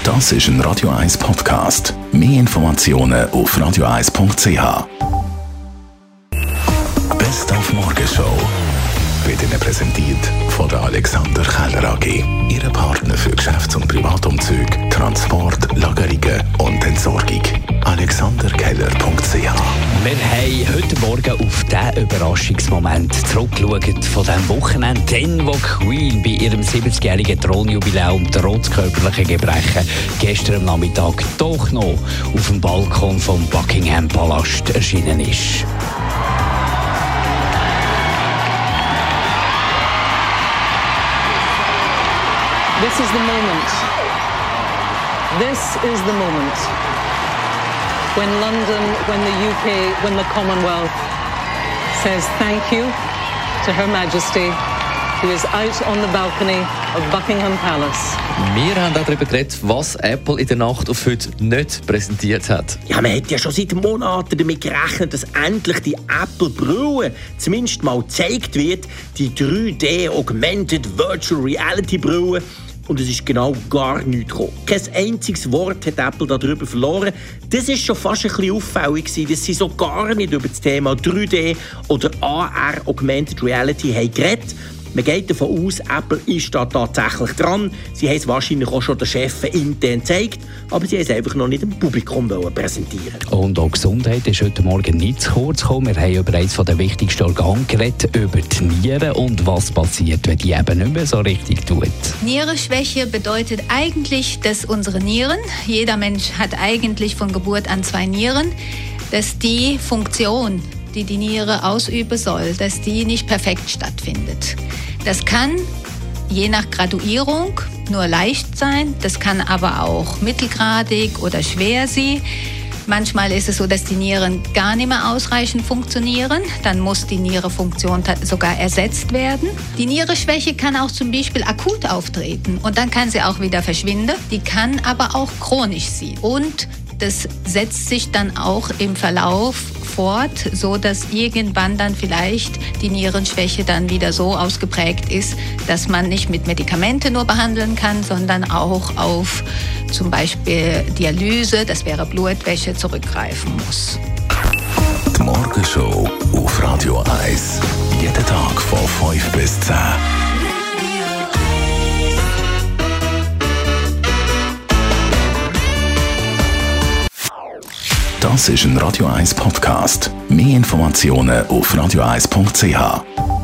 Das ist ein Radio 1 Podcast. Mehr Informationen auf radio1.ch. Best auf Morgenshow wird Ihnen präsentiert von der Alexander Keller AG. Ihre Partner für Geschäfts- und Privatumzüge, Transport, Lagerungen und Entsorgung. alexanderkeller.ch. Wir haben heute Morgen auf diesen Überraschungsmoment zurückgeschaut von diesem Wochenende, dann, wo Queen bei ihrem 70-jährigen Thronjubiläum trotz körperlicher Gebrechen gestern am Nachmittag doch noch auf dem Balkon vom Buckingham Palast erschienen ist. This is the moment. This is the moment. When London, when the UK, when the Commonwealth says thank you to Her Majesty, who is out on the balcony of Buckingham Palace. Wir haben auch darüber geredet, was Apple in der Nacht auf heute nicht präsentiert hat. Ja, man hat ja schon seit Monaten damit gerechnet, dass endlich die Apple-Brille zumindest mal gezeigt wird. Die 3D Augmented Virtual Reality Brille. Und es ist genau gar nichts gekommen. Kein einziges Wort hat Apple darüber verloren. Das war schon fast ein bisschen auffällig, dass sie so gar nicht über das Thema 3D oder AR Augmented Reality haben geredet. Man geht davon aus, Apple ist da tatsächlich dran. Sie haben es wahrscheinlich auch schon den Chefs intern gezeigt, aber sie haben es einfach noch nicht dem Publikum präsentieren. Und auch Gesundheit ist heute Morgen nicht zu kurz gekommen. Wir haben über eines der wichtigsten Organe geredet, über die Nieren und was passiert, wenn die eben nicht mehr so richtig tut. Nierenschwäche bedeutet eigentlich, dass unsere Nieren, jeder Mensch hat eigentlich von Geburt an 2 Nieren, dass die Funktion, die die Niere ausüben soll, dass die nicht perfekt stattfindet. Das kann je nach Graduierung nur leicht sein, das kann aber auch mittelgradig oder schwer sein. Manchmal ist es so, dass die Nieren gar nicht mehr ausreichend funktionieren. Dann muss die Nierenfunktion sogar ersetzt werden. Die Nierenschwäche kann auch zum Beispiel akut auftreten und dann kann sie auch wieder verschwinden. Die kann aber auch chronisch sein. Und das setzt sich dann auch im Verlauf fort, so dass irgendwann dann vielleicht die Nierenschwäche dann wieder so ausgeprägt ist, dass man nicht mit Medikamenten nur behandeln kann, sondern auch auf zum Beispiel Dialyse, das wäre Blutwäsche, zurückgreifen muss. Die Morgenshow auf Radio 1. Jeden Tag von 5 bis 10. Das ist ein Radio 1 Podcast. Mehr Informationen auf radio1.ch.